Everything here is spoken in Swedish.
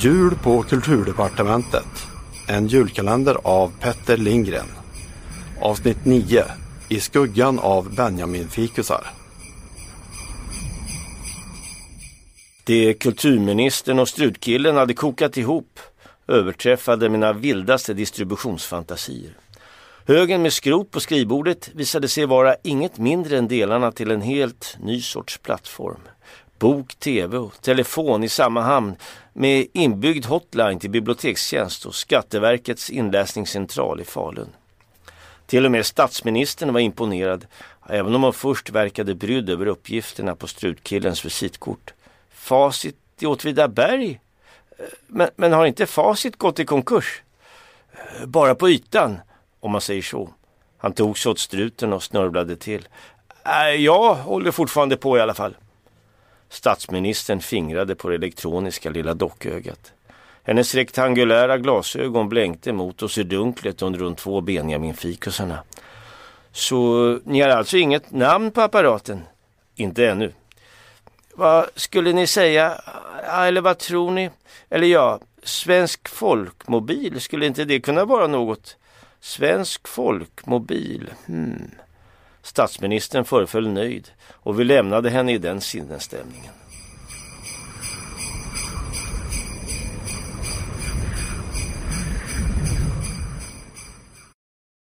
Jul på Kulturdepartementet. En julkalender av Petter Lindgren. Avsnitt 9. I skuggan av Benjamin-fikusar. Det kulturministern och strutkillen hade kokat ihop överträffade mina vildaste distributionsfantasier. Högen med skrot på skrivbordet visade sig vara inget mindre än delarna till en helt ny sorts plattform. Bok, tv och telefon i samma hamn med inbyggd hotline till bibliotekstjänst och Skatteverkets inläsningscentral i Falun. Till och med statsministern var imponerad, även om hon först verkade brydd över uppgifterna på strutkillens visitkort. Facit i Åtvidaberg? Men har inte Facit gått i konkurs? Bara på ytan, om man säger så. Han tog sig åt struten och snörblade till. Jag håller fortfarande på i alla fall. Statsministern fingrade på det elektroniska lilla dockögat. Hennes rektangulära glasögon blänkte mot oss i dunklet under de 2 Benjamin-fikusarna. Så ni har alltså inget namn på apparaten? Inte ännu. Vad skulle ni säga? Eller vad tror ni? Eller ja, Svensk folkmobil, skulle inte det kunna vara något? Svensk folkmobil. Statsministern föreföll nöjd och vi lämnade henne i den sinnesstämningen.